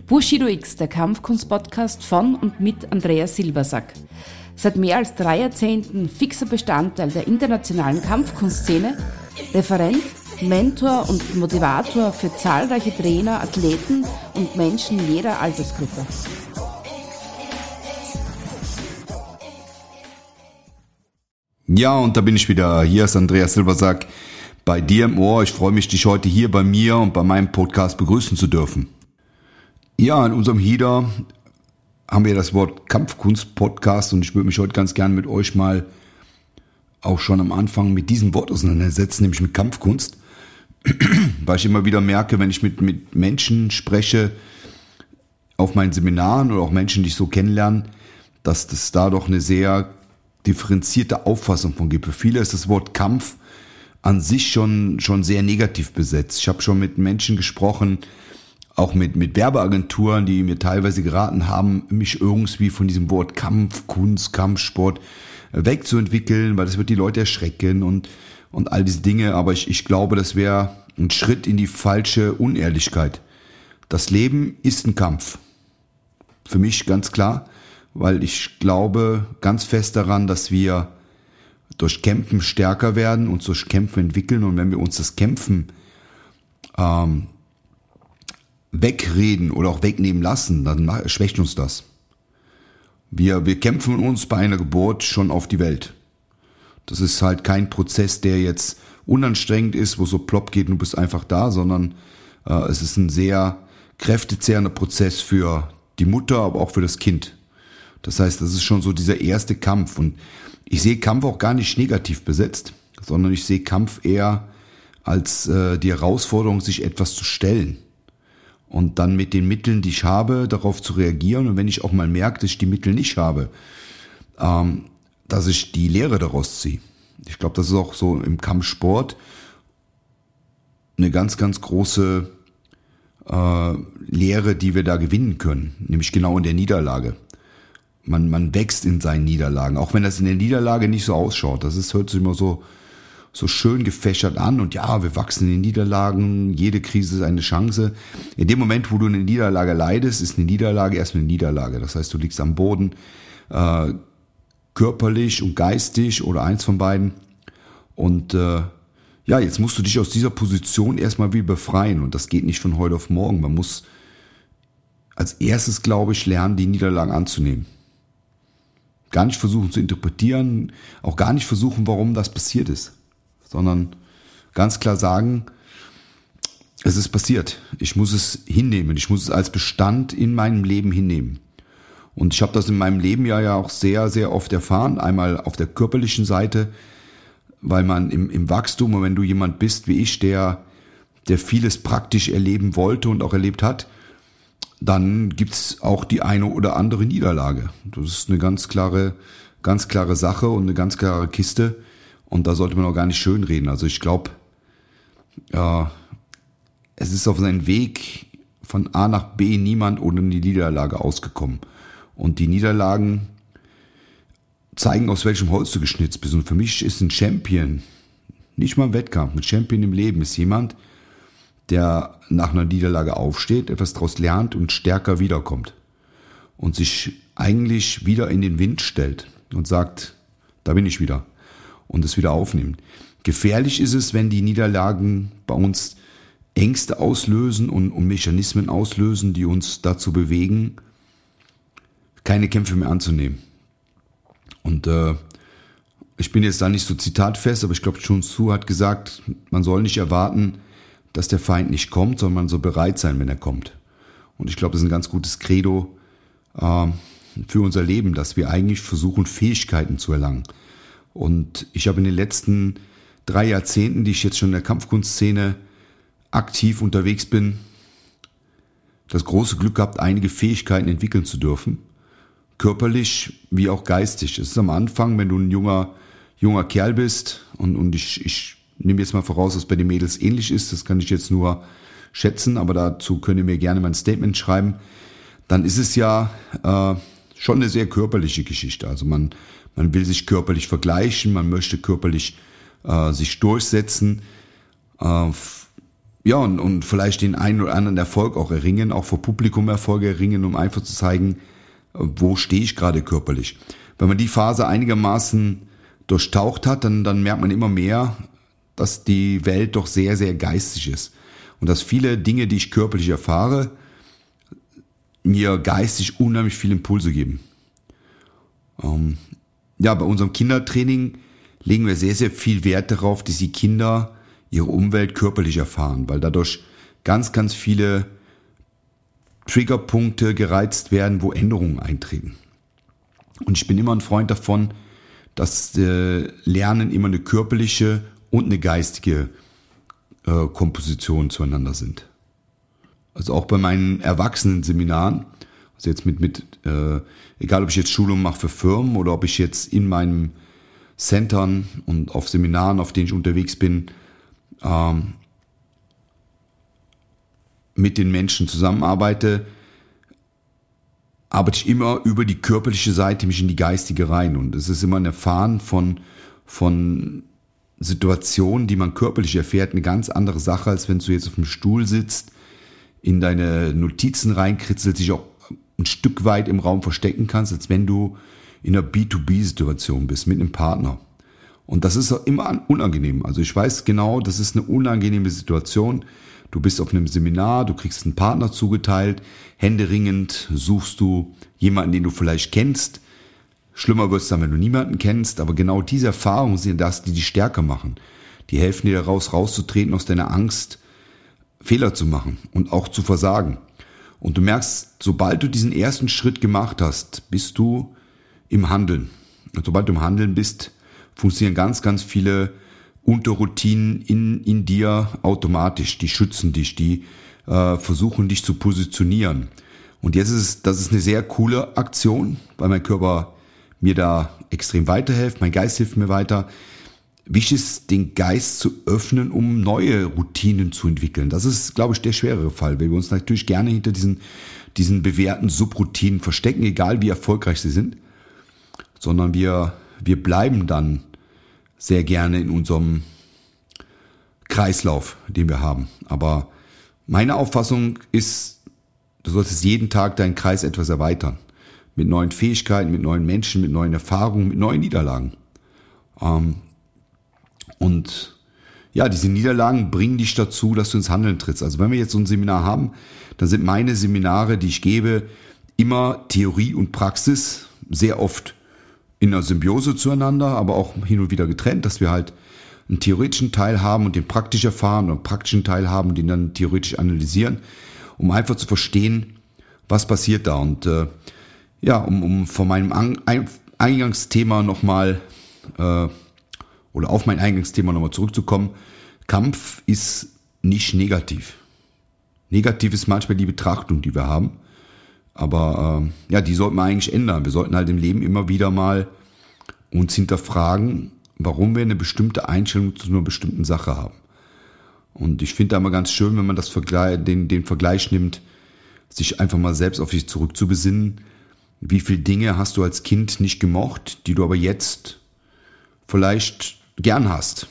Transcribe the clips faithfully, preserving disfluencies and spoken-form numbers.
Bushido X, der Kampfkunst-Podcast von und mit Andreas Silbersack. Seit mehr als drei Jahrzehnten fixer Bestandteil der internationalen Kampfkunstszene, Referent, Mentor und Motivator für zahlreiche Trainer, Athleten und Menschen jeder Altersgruppe. Ja, und da bin ich wieder. Hier ist Andreas Silbersack bei dir im Ohr. Ich freue mich, dich heute hier bei mir und bei meinem Podcast begrüßen zu dürfen. Ja, in unserem Header haben wir das Wort Kampfkunst-Podcast und ich würde mich heute ganz gern mit euch mal auch schon am Anfang mit diesem Wort auseinandersetzen, nämlich mit Kampfkunst. Weil ich immer wieder merke, wenn ich mit, mit Menschen spreche, auf meinen Seminaren oder auch Menschen, die ich so kennenlerne, dass das da doch eine sehr differenzierte Auffassung von gibt. Für viele ist das Wort Kampf an sich schon, schon sehr negativ besetzt. Ich habe schon mit Menschen gesprochen, auch mit, mit Werbeagenturen, die mir teilweise geraten haben, mich irgendwie von diesem Wort Kampf, Kunst, Kampfsport wegzuentwickeln, weil das wird die Leute erschrecken und, und all diese Dinge. Aber ich, ich glaube, das wäre ein Schritt in die falsche Unehrlichkeit. Das Leben ist ein Kampf. Für mich ganz klar, weil ich glaube ganz fest daran, dass wir durch Kämpfen stärker werden, uns durch Kämpfen entwickeln. Und wenn wir uns das Kämpfen ähm, wegreden oder auch wegnehmen lassen, dann schwächt uns das. Wir, wir kämpfen uns bei einer Geburt schon auf die Welt. Das ist halt kein Prozess, der jetzt unanstrengend ist, wo so plopp geht und du bist einfach da, sondern äh, es ist ein sehr kräftezehrender Prozess für die Mutter, aber auch für das Kind. Das heißt, das ist schon so dieser erste Kampf. Und ich sehe Kampf auch gar nicht negativ besetzt, sondern ich sehe Kampf eher als äh, die Herausforderung, sich etwas zu stellen. Und dann mit den Mitteln, die ich habe, darauf zu reagieren. Und wenn ich auch mal merke, dass ich die Mittel nicht habe, ähm, dass ich die Lehre daraus ziehe. Ich glaube, das ist auch so im Kampfsport eine ganz, ganz große äh, Lehre, die wir da gewinnen können. Nämlich genau in der Niederlage. Man, man wächst in seinen Niederlagen, auch wenn das in der Niederlage nicht so ausschaut. Das ist, hört sich immer so, so schön gefächert an und ja, wir wachsen in den Niederlagen, jede Krise ist eine Chance. In dem Moment, wo du eine Niederlage leidest, ist eine Niederlage erstmal eine Niederlage. Das heißt, du liegst am Boden, äh, körperlich und geistig oder eins von beiden. Und äh, ja, jetzt musst du dich aus dieser Position erstmal wieder befreien und das geht nicht von heute auf morgen. Man muss als erstes, glaube ich, lernen, die Niederlagen anzunehmen. Gar nicht versuchen zu interpretieren, auch gar nicht versuchen, warum das passiert ist, sondern ganz klar sagen, es ist passiert. Ich muss es hinnehmen. Ich muss es als Bestand in meinem Leben hinnehmen. Und ich habe das in meinem Leben ja, ja auch sehr, sehr oft erfahren. Einmal auf der körperlichen Seite, weil man im, im Wachstum, und wenn du jemand bist wie ich, der, der vieles praktisch erleben wollte und auch erlebt hat, dann gibt's auch die eine oder andere Niederlage. Das ist eine ganz klare, ganz klare Sache und eine ganz klare Kiste. Und da sollte man auch gar nicht schönreden. Also ich glaube, ja, es ist auf seinem Weg von A nach B niemand ohne die Niederlage ausgekommen. Und die Niederlagen zeigen, aus welchem Holz du geschnitzt bist. Und für mich ist ein Champion, nicht mal ein Wettkampf, ein Champion im Leben ist jemand, der nach einer Niederlage aufsteht, etwas daraus lernt und stärker wiederkommt. Und sich eigentlich wieder in den Wind stellt und sagt, da bin ich wieder. Und es wieder aufnimmt. Gefährlich ist es, wenn die Niederlagen bei uns Ängste auslösen und, und Mechanismen auslösen, die uns dazu bewegen, keine Kämpfe mehr anzunehmen. Und äh, ich bin jetzt da nicht so zitatfest, aber ich glaube, Sun Tzu hat gesagt, man soll nicht erwarten, dass der Feind nicht kommt, sondern man soll bereit sein, wenn er kommt. Und ich glaube, das ist ein ganz gutes Credo äh, für unser Leben, dass wir eigentlich versuchen, Fähigkeiten zu erlangen. Und ich habe in den letzten drei Jahrzehnten, die ich jetzt schon in der Kampfkunstszene aktiv unterwegs bin, das große Glück gehabt, einige Fähigkeiten entwickeln zu dürfen. Körperlich wie auch geistig. Es ist am Anfang, wenn du ein junger, junger Kerl bist und, und ich, ich nehme jetzt mal voraus, dass bei den Mädels ähnlich ist, das kann ich jetzt nur schätzen, aber dazu könnt ihr mir gerne mal ein Statement schreiben, dann ist es ja äh, schon eine sehr körperliche Geschichte. Also man, man will sich körperlich vergleichen, man möchte körperlich äh, sich durchsetzen. Äh, ja, und, und vielleicht den einen oder anderen Erfolg auch erringen, auch vor Publikum Erfolge erringen, um einfach zu zeigen, wo stehe ich gerade körperlich. Wenn man die Phase einigermaßen durchtaucht hat, dann, dann merkt man immer mehr, dass die Welt doch sehr, sehr geistig ist. Und dass viele Dinge, die ich körperlich erfahre, mir geistig unheimlich viele Impulse geben. Ähm, ja, bei unserem Kindertraining legen wir sehr, sehr viel Wert darauf, dass die Kinder ihre Umwelt körperlich erfahren, weil dadurch ganz, ganz viele Triggerpunkte gereizt werden, wo Änderungen eintreten. Und ich bin immer ein Freund davon, dass äh, Lernen immer eine körperliche und eine geistige äh, Komposition zueinander sind. Also auch bei meinen Erwachsenen-Seminaren, also jetzt mit, mit äh, egal ob ich jetzt Schulungen mache für Firmen oder ob ich jetzt in meinen Centern und auf Seminaren, auf denen ich unterwegs bin, ähm, mit den Menschen zusammenarbeite, arbeite ich immer über die körperliche Seite mich in die geistige rein. Und es ist immer ein Erfahren von, von Situationen, die man körperlich erfährt, eine ganz andere Sache, als wenn du jetzt auf dem Stuhl sitzt, in deine Notizen reinkritzelst, dich auch ein Stück weit im Raum verstecken kannst, als wenn du in einer B zwei B-Situation bist, mit einem Partner. Und das ist auch immer unangenehm. Also ich weiß genau, das ist eine unangenehme Situation. Du bist auf einem Seminar, du kriegst einen Partner zugeteilt, händeringend suchst du jemanden, den du vielleicht kennst. Schlimmer wird es dann, wenn du niemanden kennst, aber genau diese Erfahrungen sind das, die dich stärker machen. Die helfen dir daraus, rauszutreten aus deiner Angst, Fehler zu machen und auch zu versagen. Und du merkst, sobald du diesen ersten Schritt gemacht hast, bist du im Handeln. Und sobald du im Handeln bist, funktionieren ganz, ganz viele Unterroutinen in, in dir automatisch. Die schützen dich, die äh, versuchen dich zu positionieren. Und jetzt ist es, das ist eine sehr coole Aktion, weil mein Körper mir da extrem weiterhilft, mein Geist hilft mir weiter. Wichtig ist, den Geist zu öffnen, um neue Routinen zu entwickeln. Das ist, glaube ich, der schwerere Fall, weil wir uns natürlich gerne hinter diesen, diesen bewährten Subroutinen verstecken, egal wie erfolgreich sie sind, sondern wir, wir bleiben dann sehr gerne in unserem Kreislauf, den wir haben. Aber meine Auffassung ist, du solltest jeden Tag deinen Kreis etwas erweitern. Mit neuen Fähigkeiten, mit neuen Menschen, mit neuen Erfahrungen, mit neuen Niederlagen. Ähm, und ja, diese Niederlagen bringen dich dazu, dass du ins Handeln trittst. Also wenn wir jetzt so ein Seminar haben, dann sind meine Seminare, die ich gebe, immer Theorie und Praxis, sehr oft in einer Symbiose zueinander, aber auch hin und wieder getrennt, dass wir halt einen theoretischen Teil haben und den praktisch erfahren oder einen praktischen Teil haben und den dann theoretisch analysieren, um einfach zu verstehen, was passiert da. Und äh, ja, um, um von meinem An- Eingangsthema nochmal äh, oder auf mein Eingangsthema nochmal zurückzukommen, Kampf ist nicht negativ. Negativ ist manchmal die Betrachtung, die wir haben. Aber äh, ja, die sollten wir eigentlich ändern. Wir sollten halt im Leben immer wieder mal uns hinterfragen, warum wir eine bestimmte Einstellung zu einer bestimmten Sache haben. Und ich finde da immer ganz schön, wenn man das Vergleich, den, den Vergleich nimmt, sich einfach mal selbst auf sich zurückzubesinnen. Wie viele Dinge hast du als Kind nicht gemocht, die du aber jetzt vielleicht gern hast?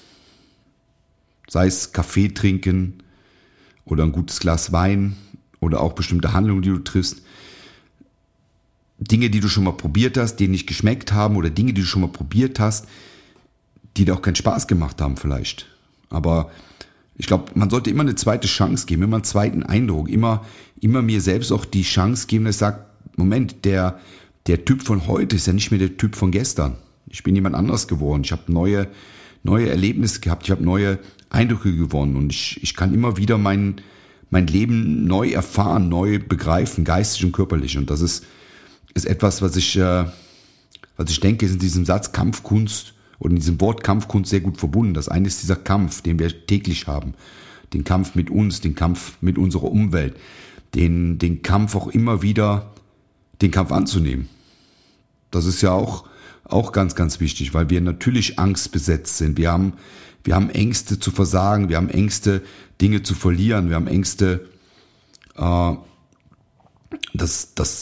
Sei es Kaffee trinken oder ein gutes Glas Wein oder auch bestimmte Handlungen, die du triffst. Dinge, die du schon mal probiert hast, die nicht geschmeckt haben oder Dinge, die du schon mal probiert hast, die dir auch keinen Spaß gemacht haben vielleicht. Aber ich glaube, man sollte immer eine zweite Chance geben, immer einen zweiten Eindruck, immer, immer mir selbst auch die Chance geben, dass ich sage, Moment, der, der Typ von heute ist ja nicht mehr der Typ von gestern. Ich bin jemand anderes geworden. Ich habe neue, neue Erlebnisse gehabt, ich habe neue Eindrücke gewonnen und ich, ich kann immer wieder mein, mein Leben neu erfahren, neu begreifen, geistig und körperlich. Und das ist, ist etwas, was ich, äh, was ich denke, ist in diesem Satz Kampfkunst oder in diesem Wort Kampfkunst sehr gut verbunden. Das eine ist dieser Kampf, den wir täglich haben. Den Kampf mit uns, den Kampf mit unserer Umwelt. Den, den Kampf auch immer wieder, den Kampf anzunehmen. Das ist ja auch, auch ganz, ganz wichtig, weil wir natürlich angstbesetzt sind. Wir haben, wir haben Ängste zu versagen, wir haben Ängste, Dinge zu verlieren, wir haben Ängste, äh, dass, dass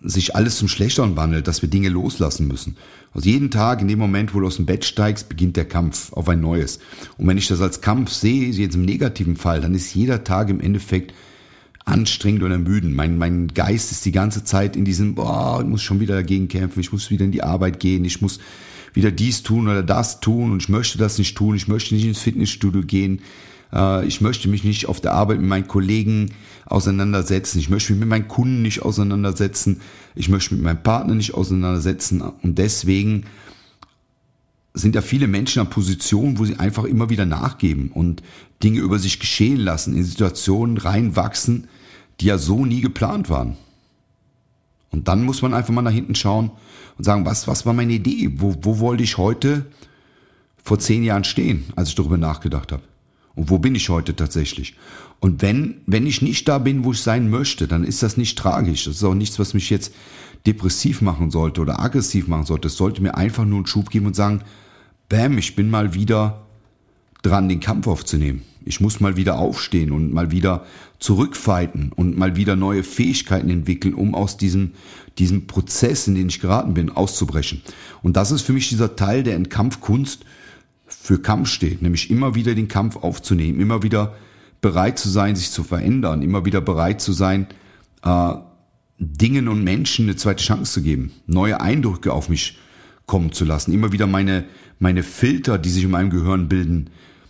sich alles zum Schlechteren wandelt, dass wir Dinge loslassen müssen. Also jeden Tag, in dem Moment, wo du aus dem Bett steigst, beginnt der Kampf auf ein neues. Und wenn ich das als Kampf sehe, jetzt im negativen Fall, dann ist jeder Tag im Endeffekt anstrengend und ermüdend. Mein, mein Geist ist die ganze Zeit in diesem, boah, ich muss schon wieder dagegen kämpfen, ich muss wieder in die Arbeit gehen, ich muss wieder dies tun oder das tun und ich möchte das nicht tun, ich möchte nicht ins Fitnessstudio gehen, äh, ich möchte mich nicht auf der Arbeit mit meinen Kollegen auseinandersetzen, ich möchte mich mit meinen Kunden nicht auseinandersetzen, ich möchte mich mit meinem Partner nicht auseinandersetzen und deswegen sind ja viele Menschen in einer Position, wo sie einfach immer wieder nachgeben und Dinge über sich geschehen lassen, in Situationen reinwachsen, die ja so nie geplant waren. Und dann muss man einfach mal nach hinten schauen und sagen, was, was war meine Idee? Wo, wo wollte ich heute vor zehn Jahren stehen, als ich darüber nachgedacht habe? Und wo bin ich heute tatsächlich? Und wenn, wenn ich nicht da bin, wo ich sein möchte, dann ist das nicht tragisch. Das ist auch nichts, was mich jetzt depressiv machen sollte oder aggressiv machen sollte. Es sollte mir einfach nur einen Schub geben und sagen, bam, ich bin mal wieder dran, den Kampf aufzunehmen. Ich muss mal wieder aufstehen und mal wieder zurückfighten und mal wieder neue Fähigkeiten entwickeln, um aus diesem, diesem Prozess, in den ich geraten bin, auszubrechen. Und das ist für mich dieser Teil, der in Kampfkunst für Kampf steht, nämlich immer wieder den Kampf aufzunehmen, immer wieder bereit zu sein, sich zu verändern, immer wieder bereit zu sein, äh, Dingen und Menschen eine zweite Chance zu geben, neue Eindrücke auf mich kommen zu lassen, immer wieder meine, meine Filter, die sich in meinem Gehirn bilden,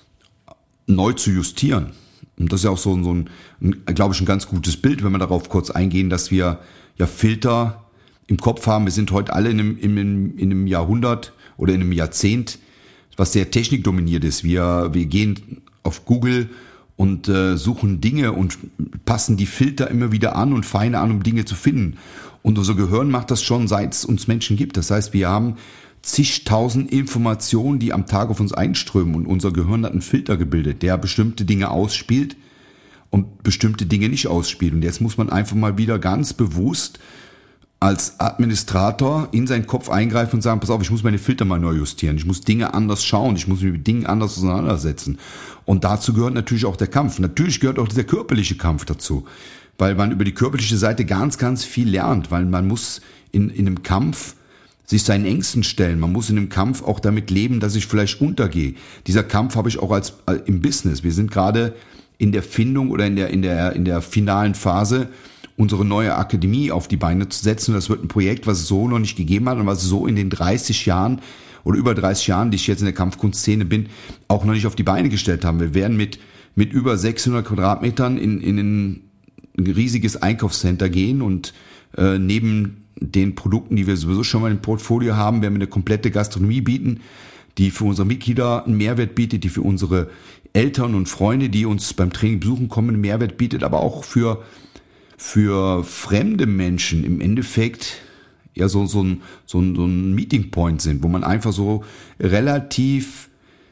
neu zu justieren. Und das ist ja auch so, so ein, glaube ich, ein ganz gutes Bild, wenn wir darauf kurz eingehen, dass wir ja Filter im Kopf haben. Wir sind heute alle in einem, in einem, in einem Jahrhundert oder in einem Jahrzehnt, was sehr technikdominiert ist. Wir, wir gehen auf Google und äh, suchen Dinge und passen die Filter immer wieder an und feiner an, um Dinge zu finden. Und unser Gehirn macht das schon, seit es uns Menschen gibt. Das heißt, wir haben zigtausend Informationen, die am Tag auf uns einströmen. Und unser Gehirn hat einen Filter gebildet, der bestimmte Dinge ausspielt und bestimmte Dinge nicht ausspielt. Und jetzt muss man einfach mal wieder ganz bewusst als Administrator in seinen Kopf eingreifen und sagen, pass auf, ich muss meine Filter mal neu justieren. Ich muss Dinge anders schauen. Ich muss mich mit Dingen anders auseinandersetzen. Und dazu gehört natürlich auch der Kampf. Natürlich gehört auch dieser körperliche Kampf dazu. Weil man über die körperliche Seite ganz, ganz viel lernt. Weil man muss in, in einem Kampf sich seinen Ängsten stellen. Man muss in einem Kampf auch damit leben, dass ich vielleicht untergehe. Dieser Kampf habe ich auch als äh, im Business. Wir sind gerade in der Findung oder in der, in der, in der finalen Phase, unsere neue Akademie auf die Beine zu setzen. Und das wird ein Projekt, was es so noch nicht gegeben hat und was es so in den dreißig Jahren oder über dreißig Jahren, die ich jetzt in der Kampfkunstszene bin, auch noch nicht auf die Beine gestellt haben. Wir werden mit, mit über sechshundert Quadratmetern in, in ein riesiges Einkaufscenter gehen und äh, neben den Produkten, die wir sowieso schon mal im Portfolio haben, werden wir eine komplette Gastronomie bieten, die für unsere Mitglieder einen Mehrwert bietet, die für unsere Eltern und Freunde, die uns beim Training besuchen kommen, einen Mehrwert bietet, aber auch für für fremde Menschen im Endeffekt ja so, so, ein, so, ein, so ein Meeting Point sind, wo man einfach so relativ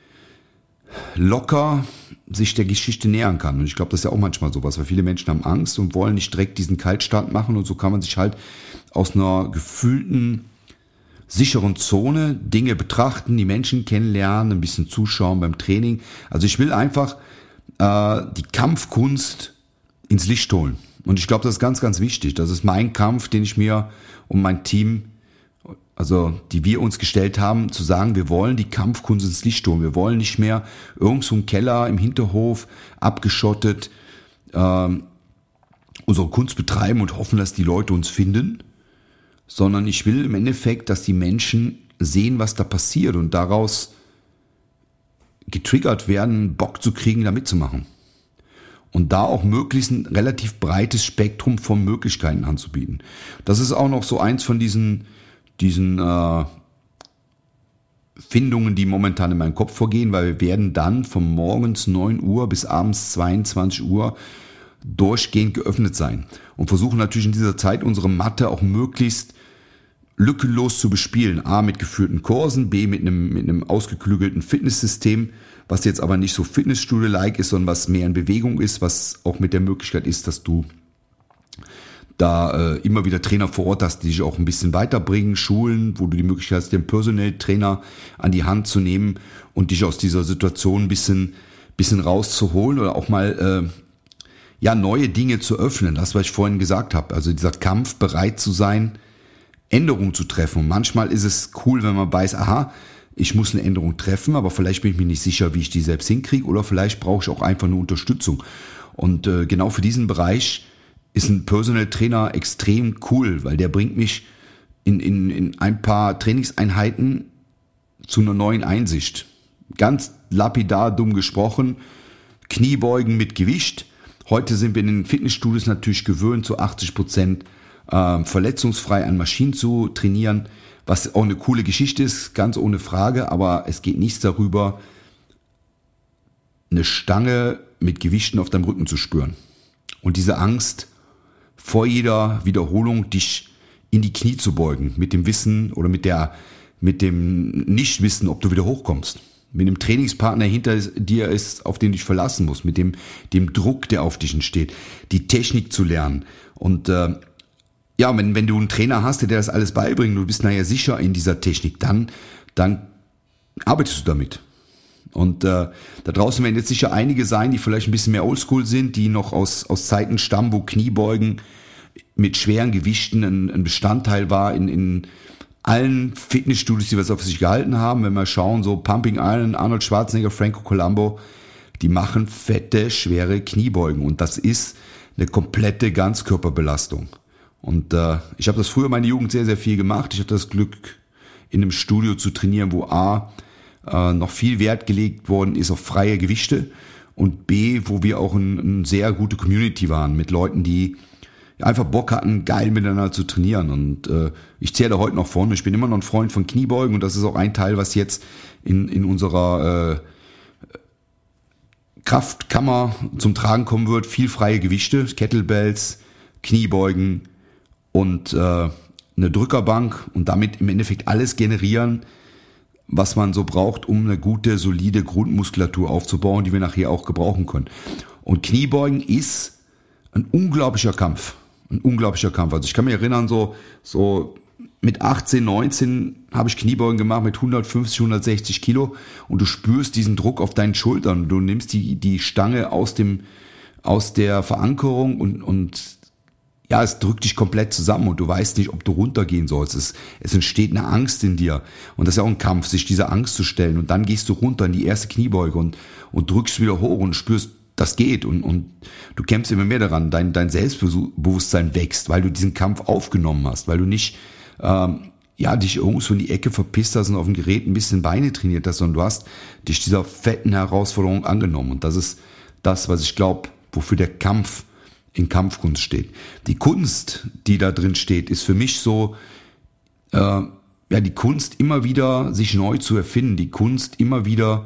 locker sich der Geschichte nähern kann. Und ich glaube, das ist ja auch manchmal sowas, weil viele Menschen haben Angst und wollen nicht direkt diesen Kaltstart machen und so kann man sich halt aus einer gefühlten, sicheren Zone Dinge betrachten, die Menschen kennenlernen, ein bisschen zuschauen beim Training. Also ich will einfach äh, die Kampfkunst ins Licht holen. Und ich glaube, das ist ganz, ganz wichtig. Das ist mein Kampf, den ich mir und mein Team, also die wir uns gestellt haben, zu sagen, wir wollen die Kampfkunst ins Licht holen. Wir wollen nicht mehr irgend so einen Keller im Hinterhof abgeschottet ähm, unsere Kunst betreiben und hoffen, dass die Leute uns finden, sondern ich will im Endeffekt, dass die Menschen sehen, was da passiert und daraus getriggert werden, Bock zu kriegen, da mitzumachen. Und da auch möglichst ein relativ breites Spektrum von Möglichkeiten anzubieten. Das ist auch noch so eins von diesen, diesen äh, Findungen, die momentan in meinem Kopf vorgehen, weil wir werden dann von morgens neun Uhr bis abends zweiundzwanzig Uhr durchgehend geöffnet sein. Und versuchen natürlich in dieser Zeit unsere Matte auch möglichst lückenlos zu bespielen. A, mit geführten Kursen, B, mit einem, mit einem ausgeklügelten Fitnesssystem, was jetzt aber nicht so Fitnessstudio-like ist, sondern was mehr in Bewegung ist, was auch mit der Möglichkeit ist, dass du da äh, immer wieder Trainer vor Ort hast, die dich auch ein bisschen weiterbringen, Schulen, wo du die Möglichkeit hast, den Personal Trainer an die Hand zu nehmen und dich aus dieser Situation ein bisschen, bisschen rauszuholen oder auch mal äh, ja, neue Dinge zu öffnen, das, was ich vorhin gesagt habe. Also dieser Kampf, bereit zu sein, Änderungen zu treffen. Und manchmal ist es cool, wenn man weiß, aha, ich muss eine Änderung treffen, aber vielleicht bin ich mir nicht sicher, wie ich die selbst hinkriege, oder vielleicht brauche ich auch einfach nur Unterstützung. Und äh, genau für diesen Bereich ist ein Personal Trainer extrem cool, weil der bringt mich in, in, in ein paar Trainingseinheiten zu einer neuen Einsicht. Ganz lapidar, dumm gesprochen, Kniebeugen mit Gewicht. Heute sind wir in den Fitnessstudios natürlich gewöhnt, zu achtzig Prozent äh, verletzungsfrei an Maschinen zu trainieren, was auch eine coole Geschichte ist, ganz ohne Frage, aber es geht nichts darüber, eine Stange mit Gewichten auf deinem Rücken zu spüren. Und diese Angst, vor jeder Wiederholung dich in die Knie zu beugen, mit dem Wissen oder mit der, mit dem Nichtwissen, ob du wieder hochkommst. Mit dem Trainingspartner hinter dir ist, auf den du dich verlassen musst, mit dem, dem Druck, der auf dich entsteht, die Technik zu lernen. Und äh, ja, wenn, wenn du einen Trainer hast, der dir das alles beibringt, du bist nachher sicher in dieser Technik, dann, dann arbeitest du damit. Und äh, da draußen werden jetzt sicher einige sein, die vielleicht ein bisschen mehr oldschool sind, die noch aus, aus Zeiten stammen, wo Kniebeugen mit schweren Gewichten ein, ein Bestandteil war in, in allen Fitnessstudios, die was auf sich gehalten haben. Wenn wir schauen, so Pumping Iron, Arnold Schwarzenegger, Franco Columbo, die machen fette, schwere Kniebeugen. Und das ist eine komplette Ganzkörperbelastung. Und äh, ich habe das früher in meiner Jugend sehr, sehr viel gemacht. Ich hatte das Glück, in einem Studio zu trainieren, wo A, äh, noch viel Wert gelegt worden ist auf freie Gewichte und B, wo wir auch eine ein sehr gute Community waren mit Leuten, die einfach Bock hatten, geil miteinander zu trainieren. Und äh, ich zähle heute noch vorne. Ich bin immer noch ein Freund von Kniebeugen und das ist auch ein Teil, was jetzt in, in unserer äh, Kraftkammer zum Tragen kommen wird. Viel freie Gewichte, Kettlebells, Kniebeugen und äh, eine Drückerbank und damit im Endeffekt alles generieren, was man so braucht, um eine gute, solide Grundmuskulatur aufzubauen, die wir nachher auch gebrauchen können. Und Kniebeugen ist ein unglaublicher Kampf. Ein unglaublicher Kampf. Also ich kann mich erinnern, so, so mit achtzehn, neunzehn habe ich Kniebeugen gemacht mit hundertfünfzig, hundertsechzig Kilo und du spürst diesen Druck auf deinen Schultern. Du nimmst die, die Stange aus dem, aus der Verankerung und, und ja, es drückt dich komplett zusammen und du weißt nicht, ob du runtergehen sollst. Es, es entsteht eine Angst in dir. Und das ist ja auch ein Kampf, sich dieser Angst zu stellen. Und dann gehst du runter in die erste Kniebeuge und, und drückst wieder hoch und spürst, das geht. Und, und du kämpfst immer mehr daran. Dein, dein Selbstbewusstsein wächst, weil du diesen Kampf aufgenommen hast, weil du nicht ähm, ja, dich irgendwo in die Ecke verpisst hast und auf dem Gerät ein bisschen Beine trainiert hast, sondern du hast dich dieser fetten Herausforderung angenommen. Und das ist das, was ich glaube, wofür der Kampf in Kampfkunst steht. Die Kunst, die da drin steht, ist für mich so, äh, ja, die Kunst immer wieder sich neu zu erfinden, die Kunst immer wieder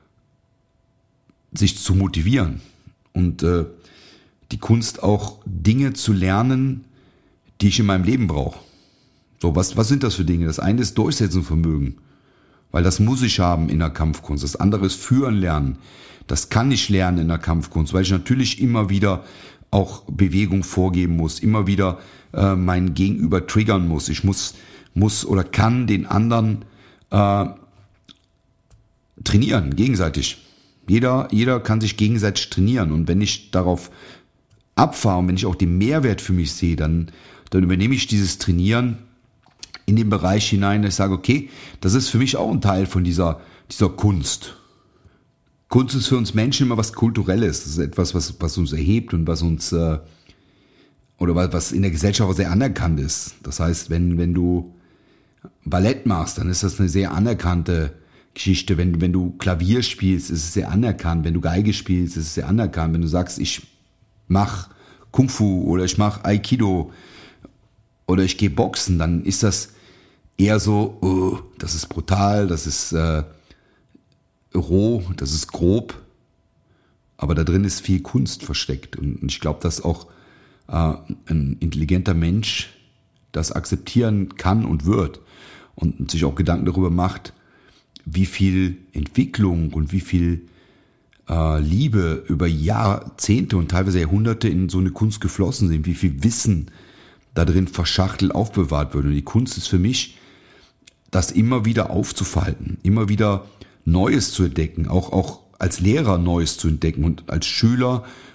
sich zu motivieren und äh, die Kunst auch Dinge zu lernen, die ich in meinem Leben brauche. So, was, was sind das für Dinge? Das eine ist Durchsetzungsvermögen, weil das muss ich haben in der Kampfkunst. Das andere ist Führen lernen. Das kann ich lernen in der Kampfkunst, weil ich natürlich immer wieder auch Bewegung vorgeben muss, immer wieder äh, mein Gegenüber triggern muss. Ich muss, muss oder kann den anderen äh, trainieren, gegenseitig. Jeder, jeder kann sich gegenseitig trainieren. Und wenn ich darauf abfahre und wenn ich auch den Mehrwert für mich sehe, dann, dann übernehme ich dieses Trainieren in den Bereich hinein, dass ich sage, okay, das ist für mich auch ein Teil von dieser, dieser Kunst. Kunst ist für uns Menschen immer was Kulturelles. Das ist etwas, was, was uns erhebt und was uns, äh, oder was, was in der Gesellschaft auch sehr anerkannt ist. Das heißt, wenn, wenn du Ballett machst, dann ist das eine sehr anerkannte Geschichte. Wenn, wenn du Klavier spielst, ist es sehr anerkannt. Wenn du Geige spielst, ist es sehr anerkannt. Wenn du sagst, ich mach Kung Fu oder ich mach Aikido oder ich gehe boxen, dann ist das eher so, oh, das ist brutal, das ist äh, roh, das ist grob, aber da drin ist viel Kunst versteckt und ich glaube, dass auch äh, ein intelligenter Mensch das akzeptieren kann und wird und sich auch Gedanken darüber macht, wie viel Entwicklung und wie viel äh, Liebe über Jahrzehnte und teilweise Jahrhunderte in so eine Kunst geflossen sind, wie viel Wissen da drin verschachtelt aufbewahrt wird. Und die Kunst ist für mich, das immer wieder aufzufalten, immer wieder Neues zu entdecken, auch, auch als Lehrer Neues zu entdecken und als Schüler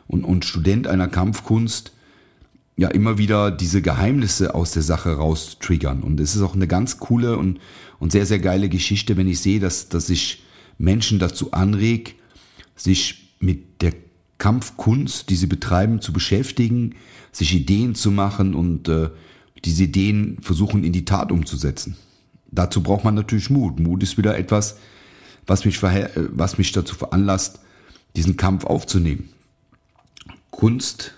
und, und Student einer Kampfkunst, ja immer wieder diese Geheimnisse aus der Sache raus triggern. Und es ist auch eine ganz coole und, und sehr, sehr geile Geschichte, wenn ich sehe, dass, dass ich Menschen dazu anreg, sich mit der Kampfkunst, die sie betreiben, zu beschäftigen, sich Ideen zu machen und äh, diese Ideen versuchen in die Tat umzusetzen. Dazu braucht man natürlich Mut. Mut ist wieder etwas, was mich, verhe- was mich dazu veranlasst, diesen Kampf aufzunehmen. Kunst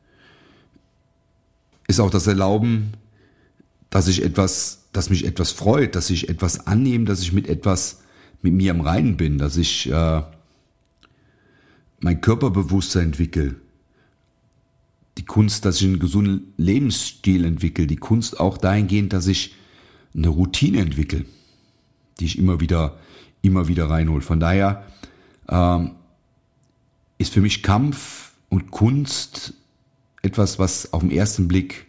ist auch das Erlauben, dass ich etwas, dass mich etwas freut, dass ich etwas annehme, dass ich mit etwas mit mir im Reinen bin, dass ich äh, mein Körperbewusstsein entwickle. Die Kunst, dass ich einen gesunden Lebensstil entwickle. Die Kunst auch dahingehend, dass ich eine Routine entwickle, die ich immer wieder, immer wieder reinhole. Von daher ähm, ist für mich Kampf und Kunst etwas, was auf den ersten Blick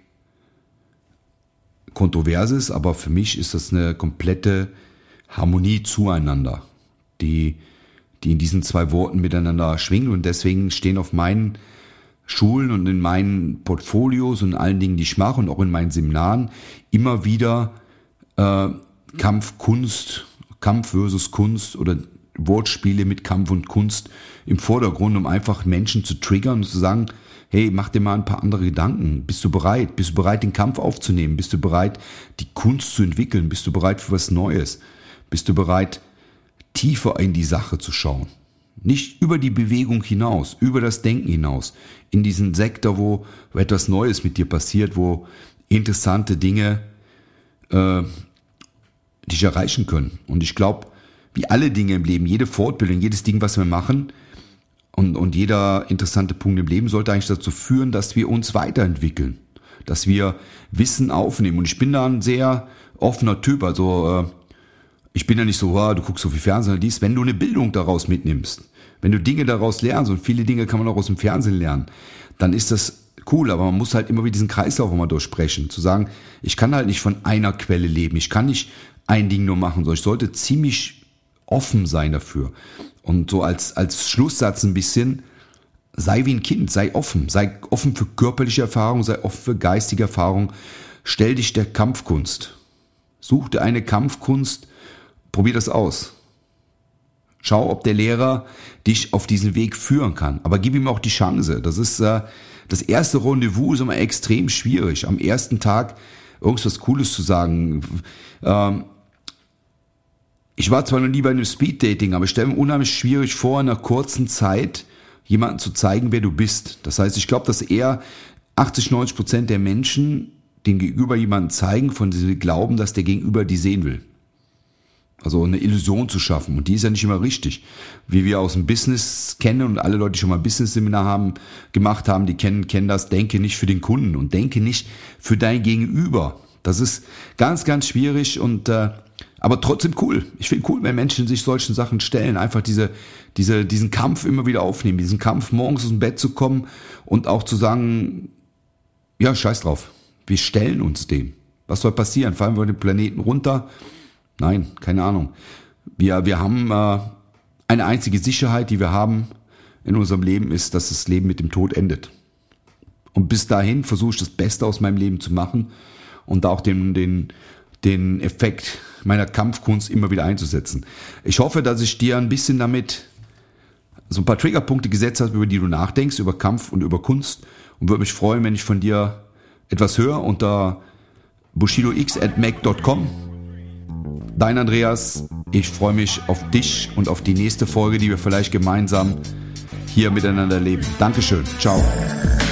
kontrovers ist, aber für mich ist das eine komplette Harmonie zueinander, die, die in diesen zwei Worten miteinander schwingen, und deswegen stehen auf meinen Schulen und in meinen Portfolios und in allen Dingen, die ich mache und auch in meinen Seminaren immer wieder äh, Kampf, Kunst, Kampf versus Kunst oder Wortspiele mit Kampf und Kunst im Vordergrund, um einfach Menschen zu triggern und zu sagen, hey, mach dir mal ein paar andere Gedanken. Bist du bereit? Bist du bereit, den Kampf aufzunehmen? Bist du bereit, die Kunst zu entwickeln? Bist du bereit für was Neues? Bist du bereit, tiefer in die Sache zu schauen? Nicht über die Bewegung hinaus, über das Denken hinaus. In diesen Sektor, wo, wo etwas Neues mit dir passiert, wo interessante Dinge äh, dich erreichen können. Und ich glaube, wie alle Dinge im Leben, jede Fortbildung, jedes Ding, was wir machen, Und, und jeder interessante Punkt im Leben sollte eigentlich dazu führen, dass wir uns weiterentwickeln, dass wir Wissen aufnehmen. Und ich bin da ein sehr offener Typ. Also äh, ich bin ja nicht so, oh, du guckst so viel Fernsehen oder dies. Wenn du eine Bildung daraus mitnimmst, wenn du Dinge daraus lernst, und viele Dinge kann man auch aus dem Fernsehen lernen, dann ist das cool. Aber man muss halt immer wieder diesen Kreislauf mal durchsprechen. Zu sagen, ich kann halt nicht von einer Quelle leben. Ich kann nicht ein Ding nur machen. Ich sollte ziemlich offen sein dafür. Und so als, als Schlusssatz ein bisschen, sei wie ein Kind, sei offen, sei offen für körperliche Erfahrung, sei offen für geistige Erfahrung, stell dich der Kampfkunst. Such dir eine Kampfkunst, probier das aus. Schau, ob der Lehrer dich auf diesen Weg führen kann, aber gib ihm auch die Chance. Das ist äh, das erste Rendezvous ist immer extrem schwierig. Am ersten Tag irgendwas Cooles zu sagen. Ähm, Ich war zwar noch nie bei einem Speeddating, aber ich stelle mir unheimlich schwierig vor, in einer kurzen Zeit jemanden zu zeigen, wer du bist. Das heißt, ich glaube, dass eher achtzig, neunzig Prozent der Menschen den Gegenüber jemanden zeigen, von dem sie glauben, dass der Gegenüber die sehen will. Also eine Illusion zu schaffen. Und die ist ja nicht immer richtig. Wie wir aus dem Business kennen, und alle Leute, die schon mal ein Business-Seminar haben, gemacht haben, die kennen, kennen das, denke nicht für den Kunden und denke nicht für dein Gegenüber. Das ist ganz, ganz schwierig und äh, aber trotzdem cool. Ich finde cool, wenn Menschen sich solchen Sachen stellen, einfach diese, diese, diesen Kampf immer wieder aufnehmen, diesen Kampf, morgens aus dem Bett zu kommen und auch zu sagen, ja, scheiß drauf, wir stellen uns dem. Was soll passieren? Fallen wir den Planeten runter? Nein, keine Ahnung. Wir, wir haben äh, eine einzige Sicherheit, die wir haben in unserem Leben, ist, dass das Leben mit dem Tod endet. Und bis dahin versuche ich das Beste aus meinem Leben zu machen und da auch den, den, den Effekt meiner Kampfkunst immer wieder einzusetzen. Ich hoffe, dass ich dir ein bisschen damit so ein paar Triggerpunkte gesetzt habe, über die du nachdenkst, über Kampf und über Kunst, und würde mich freuen, wenn ich von dir etwas höre unter bushidox at mac dot com. Dein Andreas, ich freue mich auf dich und auf die nächste Folge, die wir vielleicht gemeinsam hier miteinander leben. Dankeschön. Ciao.